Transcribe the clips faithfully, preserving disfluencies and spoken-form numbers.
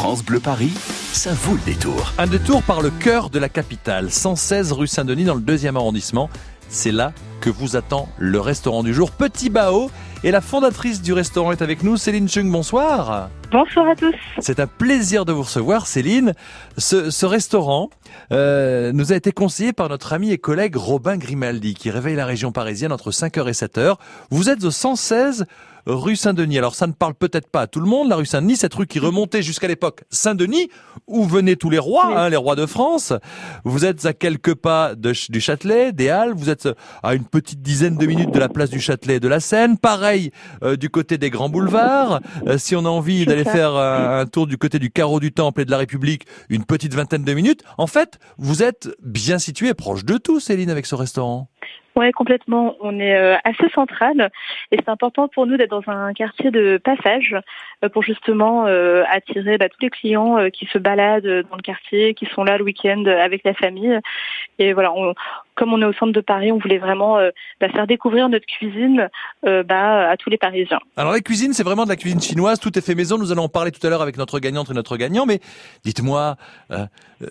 France Bleu Paris, ça vaut le détour. Un détour par le cœur de la capitale, cent seize rue Saint-Denis dans le deuxième arrondissement. C'est là que vous attend le restaurant du jour, Petit Bao. Et la fondatrice du restaurant est avec nous, Céline Chung, bonsoir. Bonsoir à tous. C'est un plaisir de vous recevoir, Céline. Ce, ce restaurant euh, nous a été conseillé par notre ami et collègue Robin Grimaldi, qui réveille la région parisienne entre cinq heures et sept heures. Vous êtes au cent seize rue Saint-Denis. Alors ça ne parle peut-être pas à tout le monde, la rue Saint-Denis, cette rue qui remontait jusqu'à l'époque Saint-Denis, où venaient tous les rois, oui. hein, les rois de France. Vous êtes à quelques pas de, du Châtelet, des Halles, vous êtes à une petite dizaine de minutes de la place du Châtelet et de la Seine. Pareil euh, du côté des grands boulevards. Euh, si on a envie d'aller faire un, un tour du côté du carreau du Temple et de la République, une petite vingtaine de minutes. En fait, vous êtes bien situé, proche de tout, Céline, avec ce restaurant. Ouais, complètement. On est euh, assez central et c'est important pour nous d'être dans un quartier de passage euh, pour justement euh, attirer bah, tous les clients euh, qui se baladent dans le quartier, qui sont là le week-end avec la famille. Et voilà, on, comme on est au centre de Paris, on voulait vraiment euh, bah, faire découvrir notre cuisine euh, bah, à tous les Parisiens. Alors la cuisine, c'est vraiment de la cuisine chinoise, tout est fait maison. Nous allons en parler tout à l'heure avec notre gagnante et notre gagnant. Mais dites-moi, euh,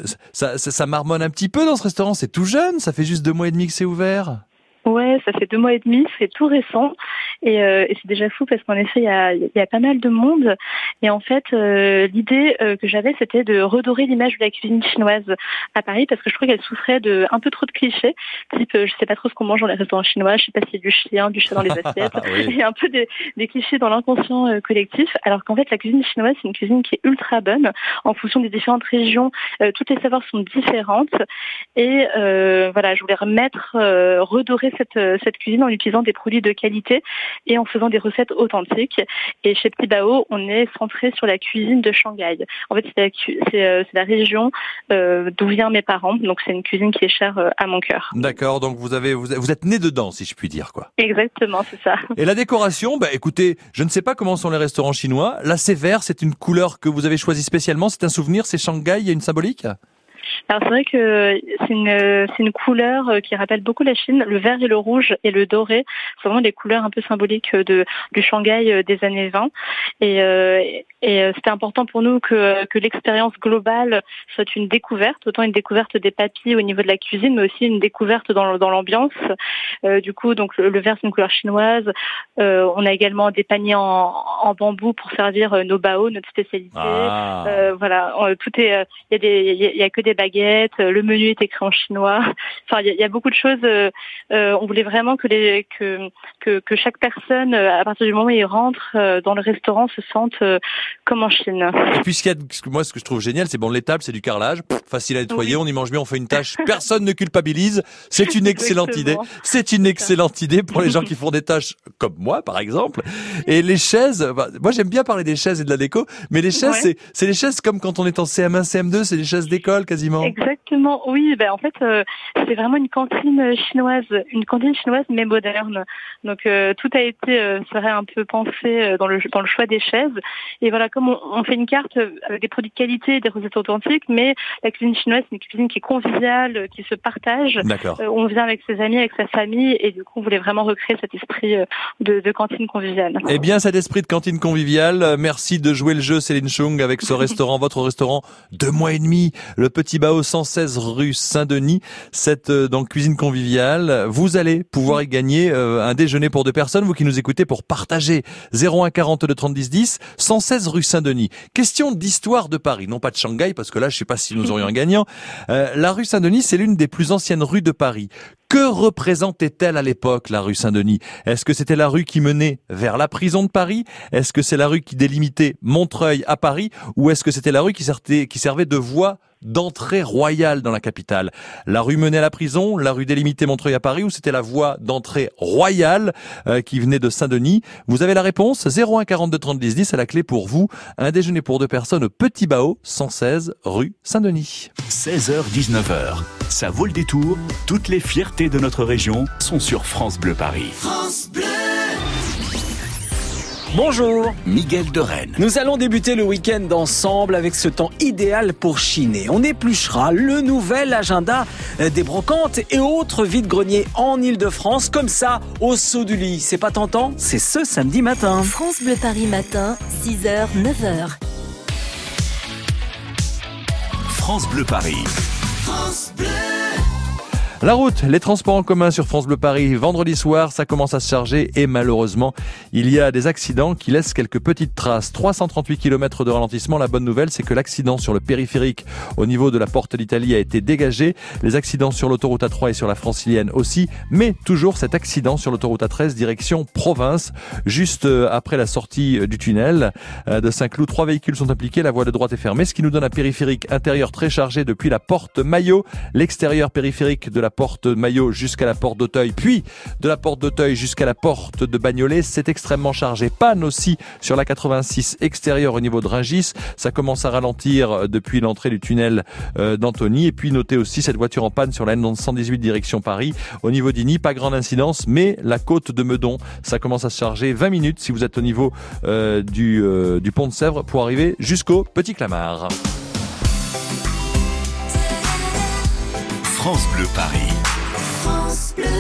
ça, ça, ça marmonne un petit peu dans ce restaurant. C'est tout jeune, ça fait juste deux mois et demi que c'est ouvert. Ouais, ça fait deux mois et demi, c'est tout récent et, euh, et c'est déjà fou parce qu'en effet il y a, il y a pas mal de monde et en fait euh, l'idée euh, que j'avais c'était de redorer l'image de la cuisine chinoise à Paris parce que je trouvais qu'elle souffrait de un peu trop de clichés, type euh, je sais pas trop ce qu'on mange dans les restaurants chinois, je sais pas s'il y a du chien, du chat dans les assiettes, oui. et un peu des, des clichés dans l'inconscient euh, collectif, alors qu'en fait la cuisine chinoise c'est une cuisine qui est ultra bonne en fonction des différentes régions, euh, toutes les saveurs sont différentes et euh, voilà je voulais remettre, euh, redorer Cette, cette cuisine en utilisant des produits de qualité et en faisant des recettes authentiques. Et chez Petit Bao, on est centré sur la cuisine de Shanghai. En fait, c'est la, c'est, c'est la région euh, d'où viennent mes parents. Donc, c'est une cuisine qui est chère euh, à mon cœur. D'accord. Donc, vous avez, vous, vous êtes né dedans, si je puis dire, quoi. Exactement, c'est ça. Et la décoration, bah, écoutez, je ne sais pas comment sont les restaurants chinois. Là, c'est vert. C'est une couleur que vous avez choisie spécialement. C'est un souvenir. C'est Shanghai. Il y a une symbolique? Alors c'est vrai que c'est une c'est une couleur qui rappelle beaucoup la Chine. Le vert et le rouge et le doré, c'est vraiment des couleurs un peu symboliques de du Shanghai des années vingt. Et euh, et c'était important pour nous que que l'expérience globale soit une découverte, autant une découverte des papilles au niveau de la cuisine, mais aussi une découverte dans dans l'ambiance. Euh, du coup, donc le, le vert c'est une couleur chinoise. Euh, on a également des paniers en en bambou pour servir nos bao, notre spécialité. Ah. Euh, voilà, tout est il y a des il y, y a que des baguettes, le menu est écrit en chinois. Enfin, il y, y a beaucoup de choses. Euh, on voulait vraiment que les que que, que chaque personne, à partir du moment où il rentre euh, dans le restaurant, se sente euh, comme en Chine. Et puis, ce qu'il y a, moi, ce que je trouve génial, c'est bon, les tables, c'est du carrelage, pff, facile à nettoyer, oui. on y mange bien, on fait une tâche, personne ne culpabilise. C'est une excellente idée. C'est une excellente idée pour les gens qui font des tâches comme moi, par exemple. Et les chaises, bah, moi, j'aime bien parler des chaises et de la déco, mais les chaises, ouais. c'est c'est les chaises comme quand on est en C M un, C M deux, c'est des chaises d'école quasiment. Exactement, oui. Ben en fait, euh, c'est vraiment une cantine chinoise, une cantine chinoise mais moderne. Donc euh, tout a été, euh, serait un peu pensé euh, dans le dans le choix des chaises. Et voilà, comme on, on fait une carte avec des produits de qualité, des recettes authentiques, mais la cuisine chinoise, c'est une cuisine qui est conviviale, qui se partage. D'accord. Euh, on vient avec ses amis, avec sa famille, et du coup, on voulait vraiment recréer cet esprit de, de cantine conviviale. Eh bien, cet esprit de cantine conviviale. Merci de jouer le jeu, Céline Chung, avec ce restaurant, votre restaurant, deux mois et demi, le Petit Bao, cent seize rue Saint-Denis, cette euh, donc cuisine conviviale. Vous allez pouvoir y gagner euh, un déjeuner pour deux personnes, vous qui nous écoutez, pour partager. zéro un quarante-deux trente dix dix, cent seize rue Saint-Denis. Question d'histoire de Paris, non pas de Shanghai, parce que là, je sais pas si nous aurions un gagnant. Euh, la rue Saint-Denis, c'est l'une des plus anciennes rues de Paris. Que représentait-elle à l'époque, la rue Saint-Denis? Est-ce que c'était la rue qui menait vers la prison de Paris? Est-ce que c'est la rue qui délimitait Montreuil à Paris? Ou est-ce que c'était la rue qui servait, qui servait de voie d'entrée royale dans la capitale? La rue menait à la prison, la rue délimitait Montreuil à Paris, ou c'était la voie d'entrée royale euh, qui venait de Saint-Denis? Vous avez la réponse, zéro un quarante-deux trente dix dix, à la clé pour vous, un déjeuner pour deux personnes au Petit Bao, cent seize rue Saint-Denis. seize heures dix-neuf heures, ça vaut le détour. Toutes les fiertés de notre région sont sur France Bleu Paris. France Bleu. Bonjour, Miguel de Rennes. Nous allons débuter le week-end ensemble avec ce temps idéal pour chiner. On épluchera le nouvel agenda des brocantes et autres vides-greniers en Ile-de-France, comme ça, au saut du lit. C'est pas tentant? C'est ce samedi matin. France Bleu Paris matin, six heures, neuf heures. France Bleu Paris. France Bleu. La route, les transports en commun sur France Bleu Paris. Vendredi soir, ça commence à se charger et malheureusement, il y a des accidents qui laissent quelques petites traces. trois cent trente-huit kilomètres de ralentissement. La bonne nouvelle, c'est que l'accident sur le périphérique au niveau de la Porte d'Italie a été dégagé. Les accidents sur l'autoroute A trois et sur la Francilienne aussi. Mais toujours cet accident sur l'autoroute A treize direction province. Juste après la sortie du tunnel de Saint-Cloud, trois véhicules sont impliqués. La voie de droite est fermée, ce qui nous donne un périphérique intérieur très chargé depuis la Porte Maillot. L'extérieur périphérique de la porte Maillot jusqu'à la porte d'Auteuil, puis de la porte d'Auteuil jusqu'à la porte de Bagnolet, c'est extrêmement chargé. Panne aussi sur la quatre-vingt-six extérieure au niveau de Rungis, ça commence à ralentir depuis l'entrée du tunnel euh, d'Antony. Et puis notez aussi cette voiture en panne sur la N cent dix-huit direction Paris. Au niveau d'Igny, pas grande incidence, mais la côte de Meudon, ça commence à se charger. vingt minutes si vous êtes au niveau euh, du, euh, du pont de Sèvres pour arriver jusqu'au Petit Clamart. France Bleu Paris. France Bleu.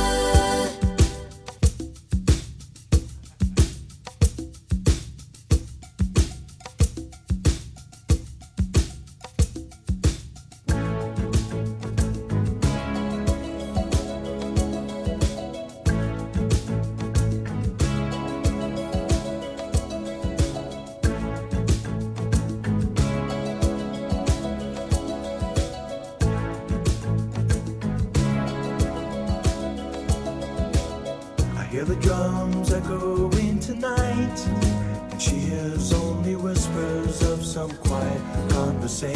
Hear the drums echoing tonight, and she hears only whispers of some quiet conversation.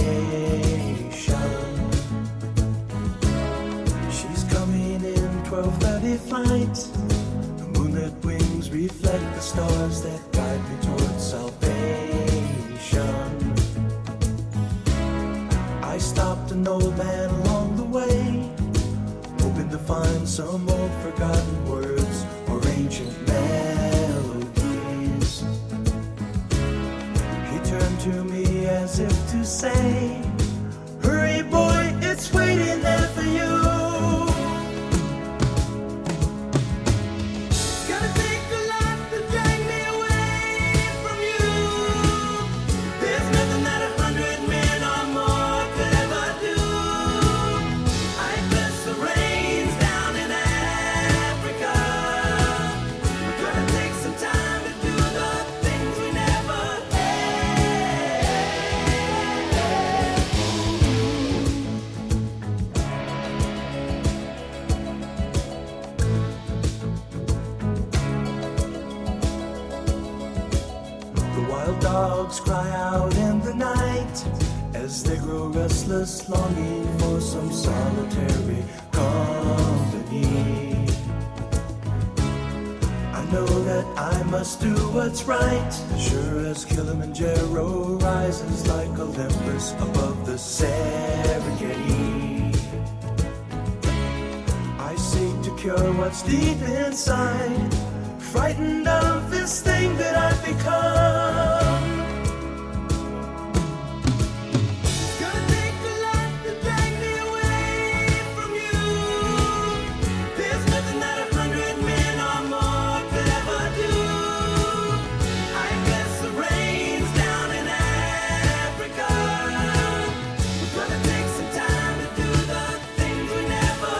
She's coming in twelve thirty flight. The moonlit wings reflect the stars that guide me towards salvation. I stopped an old man along the way, hoping to find some old forgotten words or ancient melodies. He turned to me as if to say, hurry boy, it's waiting there for you. It's gonna take a lot to drag me away from you. There's nothing that a hundred men or more could ever do. I bless the rains down in Africa. We're gonna take some time to do the things we never The wild dogs cry out in the night as they grow restless, longing for some solitary company. I know that I must do what's right, sure as Kilimanjaro rises like Olympus above the Serengeti. I seek to cure what's deep inside, frightened of this thing that I've become. It's gonna take a lot to drag me away from you. There's nothing that a hundred men or more could ever do. I bless the rains down in Africa. We're gonna take some time to do the things we never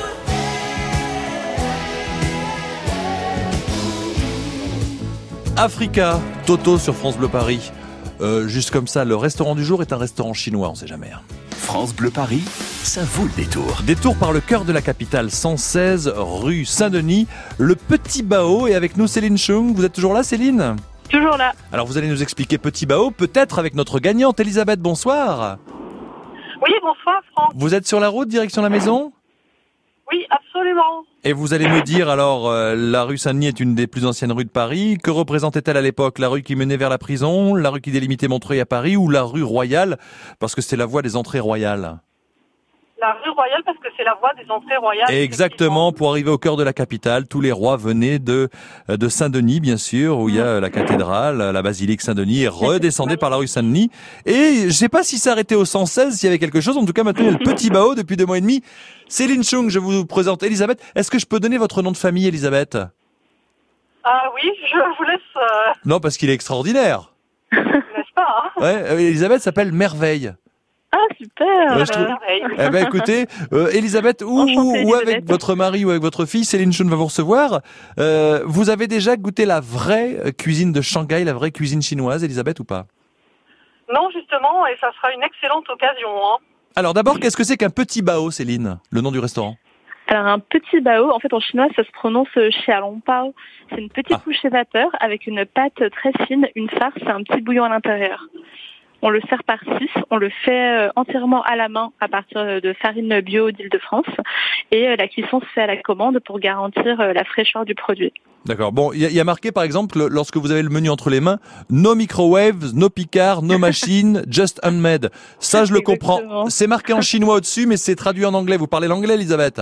Africa, Toto sur France Bleu Paris. Euh, juste comme ça, le restaurant du jour est un restaurant chinois, on sait jamais. Hein. France Bleu Paris, ça vaut le détour. Détour par le cœur de la capitale, cent seize rue Saint-Denis. Le Petit Bao est avec nous, Céline Chung. Vous êtes toujours là, Céline ? Toujours là. Alors vous allez nous expliquer Petit Bao, peut-être avec notre gagnante Elisabeth, bonsoir. Oui, bonsoir Franck. Vous êtes sur la route, direction la maison ? Oui, absolument. Et vous allez me dire, alors, euh, la rue Saint-Denis est une des plus anciennes rues de Paris. Que représentait-elle à l'époque ? La rue qui menait vers la prison, la rue qui délimitait Montreuil à Paris ou la rue Royale ? Parce que c'était la voie des entrées royales. La rue Royale, parce que c'est la voie des entrées royales. Exactement, pour arriver au cœur de la capitale, tous les rois venaient de de Saint-Denis, bien sûr, où il y a la cathédrale, la basilique Saint-Denis, et redescendaient par la rue Saint-Denis. Et je sais pas si s'arrêtait au cent seize, s'il y avait quelque chose. En tout cas, maintenant, il y a le Petit Bao depuis deux mois et demi. Céline Chung, je vous présente Elisabeth. Est-ce que je peux donner votre nom de famille, Elisabeth ? Ah oui, je vous laisse... Euh... Non, parce qu'il est extraordinaire. N'est-ce pas, hein ? Ouais, Elisabeth s'appelle Merveille. Ah, super. Euh, je trouve- Merveille. Eh ben écoutez, euh, Elisabeth, ou, Enchantée, ou Elisabeth. avec votre mari ou avec votre fille, Céline Chun va vous recevoir. Euh, vous avez déjà goûté la vraie euh, cuisine de Shanghai, la vraie cuisine chinoise, Elisabeth, ou pas? Non, justement, et ça sera une excellente occasion. Hein. Alors d'abord, qu'est-ce que c'est qu'un petit bao, Céline, le nom du restaurant? Alors un petit bao, en fait en chinois ça se prononce xiaolongbao. C'est une petite Ah. couche vapeur avec une pâte très fine, une farce et un petit bouillon à l'intérieur. On le sert par six, on le fait euh, entièrement à la main à partir de farine bio d'Île-de-France et euh, la cuisson se fait à la commande pour garantir euh, la fraîcheur du produit. D'accord. Bon, il y, a- il y a marqué par exemple, le- lorsque vous avez le menu entre les mains, no microwaves, no picard, no machine, just handmade. Ça, je le comprends. Exactement. C'est marqué en chinois au-dessus, mais c'est traduit en anglais. Vous parlez l'anglais, Elisabeth?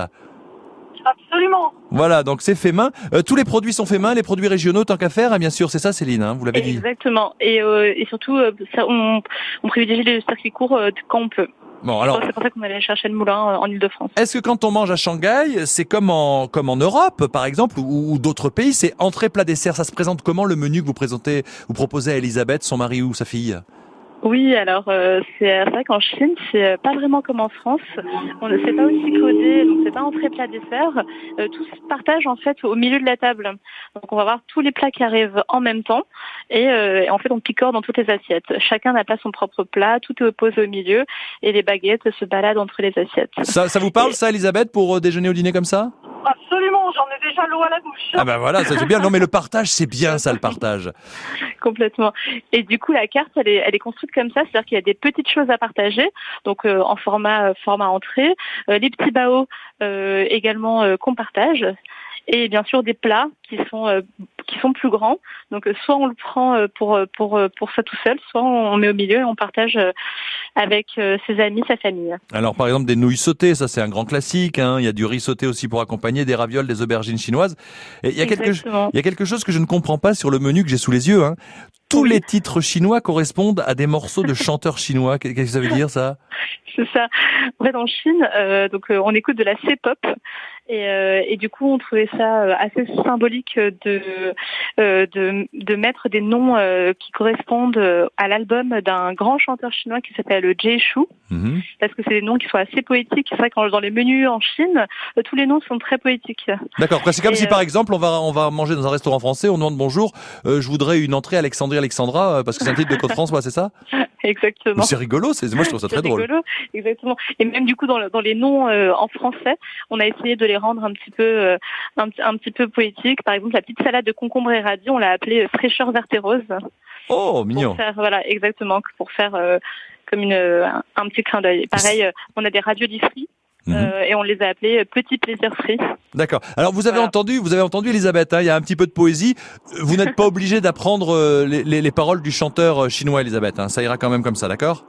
Absolument. Voilà, donc c'est fait main. Euh, tous les produits sont faits main, les produits régionaux, tant qu'à faire, hein, bien sûr, c'est ça, Céline, hein, vous l'avez dit. Exactement. Et, euh, et surtout, euh, ça, on, on privilégie les circuits courts euh, quand on peut. Bon, alors, C'est pour ça qu'on allait chercher le moulin euh, en Ile-de-France. est-ce que quand on mange à Shanghai, c'est comme en, comme en Europe, par exemple, ou, ou d'autres pays, c'est entrée, plat, dessert. Ça se présente comment le menu que vous présentez, vous proposez à Elisabeth, son mari ou sa fille? Oui, alors euh, c'est c'est vrai qu'en Chine, c'est euh, pas vraiment comme en France. On ne sait pas aussi codé, donc c'est pas entrée plat dessert. Euh, tout se partage en fait au milieu de la table. Donc on va voir tous les plats qui arrivent en même temps et, euh, et en fait on picore dans toutes les assiettes. Chacun n'a pas son propre plat, tout est posé au milieu et les baguettes se baladent entre les assiettes. Ça, ça vous parle, ça, Elisabeth, pour euh, déjeuner ou dîner comme ça? Absolument, j'en ai déjà l'eau à la bouche. Ah ben voilà, ça c'est bien. Non mais le partage, c'est bien ça, le partage. Complètement. Et du coup, la carte, elle est, elle est construite comme ça, c'est-à-dire qu'il y a des petites choses à partager, donc euh, en format euh, format entrée, euh, les petits baos euh, également euh, qu'on partage, et bien sûr des plats qui sont euh, qui sont plus grands. Donc euh, soit on le prend euh, pour pour pour ça tout seul, soit on met au milieu et on partage euh, avec euh, ses amis, sa famille. Alors par exemple des nouilles sautées, ça c'est un grand classique. Hein. Il y a du riz sauté aussi pour accompagner, des ravioles, des aubergines chinoises. Et il y a quelque, Exactement. il y a quelque chose que je ne comprends pas sur le menu que j'ai sous les yeux. Hein. Tous Oui. les titres chinois correspondent à des morceaux de chanteurs chinois. Qu'est-ce que ça veut dire ça? C'est ça. En fait, en Chine, euh, donc euh, on écoute de la C-pop et, euh, et du coup, on trouvait ça euh, assez symbolique de euh, de, de mettre des noms euh, qui correspondent euh, à l'album d'un grand chanteur chinois qui s'appelle Jay Chou, Mhm. parce que c'est des noms qui sont assez poétiques. C'est vrai que dans les menus en Chine, euh, tous les noms sont très poétiques. D'accord. C'est comme Et, si euh, par exemple on va on va manger dans un restaurant français, on demande bonjour, euh, je voudrais une entrée Alexandrie Alexandra euh, parce que c'est un titre de Côte François, c'est ça? Exactement. Mais c'est rigolo. C'est moi je trouve ça C'est très drôle. rigolo, exactement. Et même du coup dans, le- dans les noms euh, en français, on a essayé de les rendre un petit peu euh, un, petit- un petit peu poétiques. Par exemple, la petite salade de concombre et radis, on l'a appelée euh, fraîcheur verte et rose. Oh Pour mignon. faire voilà exactement pour faire euh, comme une un, un petit clin d'œil. Pareil, euh, on a des raviolis frits. Mhm. euh, et on les a appelés euh, petits plaisirs frits. D'accord. Alors vous avez Voilà. entendu, vous avez entendu Elisabeth, hein, il y a un petit peu de poésie. Vous n'êtes pas obligé d'apprendre euh, les, les, les paroles du chanteur euh, chinois, Elisabeth. Hein. Ça ira quand même comme ça, d'accord?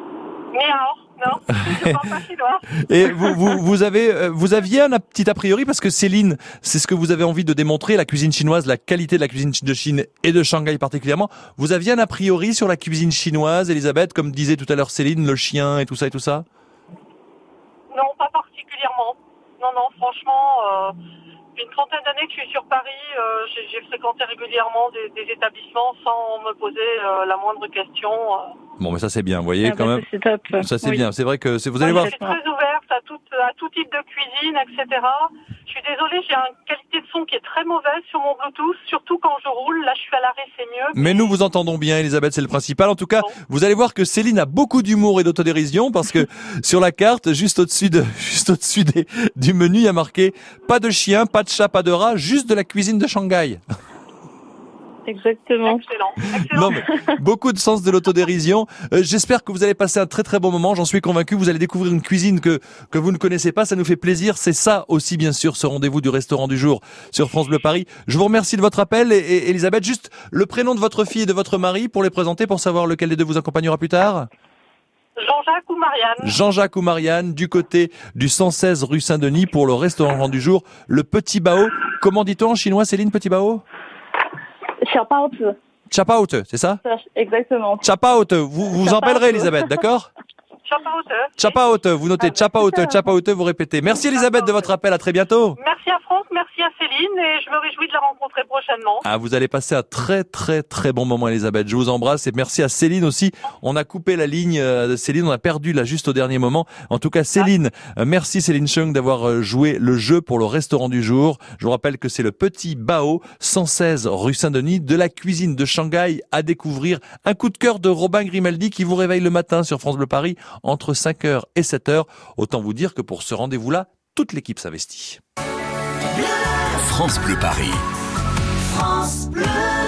Miao, non, je parle pas chinois. Et vous, vous, vous avez, euh, vous aviez un petit a priori parce que Céline, c'est ce que vous avez envie de démontrer, la cuisine chinoise, la qualité de la cuisine de Chine et de Shanghai particulièrement. Vous aviez un a priori sur la cuisine chinoise, Elisabeth, comme disait tout à l'heure Céline, le chien et tout ça et tout ça? Non, pas particulièrement. Non, non, franchement, euh, depuis une trentaine d'années que je suis sur Paris, euh, j'ai, j'ai fréquenté régulièrement des, des établissements sans me poser euh, la moindre question. euh. Bon, mais ça c'est bien, vous voyez Ah quand bah, même. c'est top. Ça c'est Oui. bien. C'est vrai que c'est, vous allez Moi, voir. je suis très ouverte à tout, à tout type de cuisine, et cetera. Je suis désolée, j'ai une qualité de son qui est très mauvaise sur mon Bluetooth, surtout quand je roule. Là, je suis à l'arrêt, c'est mieux. Mais nous vous entendons bien, Elisabeth, c'est le principal. En tout cas, Bon. vous allez voir que Céline a beaucoup d'humour et d'autodérision parce que sur la carte, juste au-dessus de, juste au-dessus des, du menu, il y a marqué pas de chien, pas de chat, pas de rat, juste de la cuisine de Shanghai. Exactement. Excellent, excellent. Non, mais beaucoup de sens de l'autodérision. Euh, j'espère que vous allez passer un très très bon moment. J'en suis convaincu. Vous allez découvrir une cuisine que que vous ne connaissez pas. Ça nous fait plaisir. C'est ça aussi, bien sûr, ce rendez-vous du restaurant du jour sur France Bleu Paris. Je vous remercie de votre appel. Et, et Elisabeth, juste le prénom de votre fille et de votre mari pour les présenter, pour savoir lequel des deux vous accompagnera plus tard. Jean-Jacques ou Marianne? Jean-Jacques ou Marianne, du côté du cent seize rue Saint-Denis pour le restaurant du jour, le Petit Bao. Comment dit-on en chinois, Céline, Petit Bao? Xiaobaozi. Chapaote, c'est ça? Exactement. Chapaote, vous vous en Chapaote. appellerez, Elisabeth, d'accord? Chapaote. Chapaote, vous notez Ah bah, Chapaote, super. Chapaote, vous répétez. Merci Elisabeth de votre appel, à très bientôt. Merci à Franck, merci à Céline et je me réjouis de la rencontrer prochainement. Ah, vous allez passer un très très très bon moment Elisabeth, je vous embrasse et merci à Céline aussi. On a coupé la ligne euh, de Céline, on a perdu là juste au dernier moment. En tout cas Céline, euh, merci Céline Chung d'avoir euh, joué le jeu pour le restaurant du jour. Je vous rappelle que c'est le Petit Bao, cent seize rue Saint-Denis, de la cuisine de Shanghai à découvrir. Un coup de cœur de Robin Grimaldi qui vous réveille le matin sur France Bleu Paris entre cinq heures et sept heures. Autant vous dire que pour ce rendez-vous-là, toute l'équipe s'investit. France Bleu Paris. France Bleu.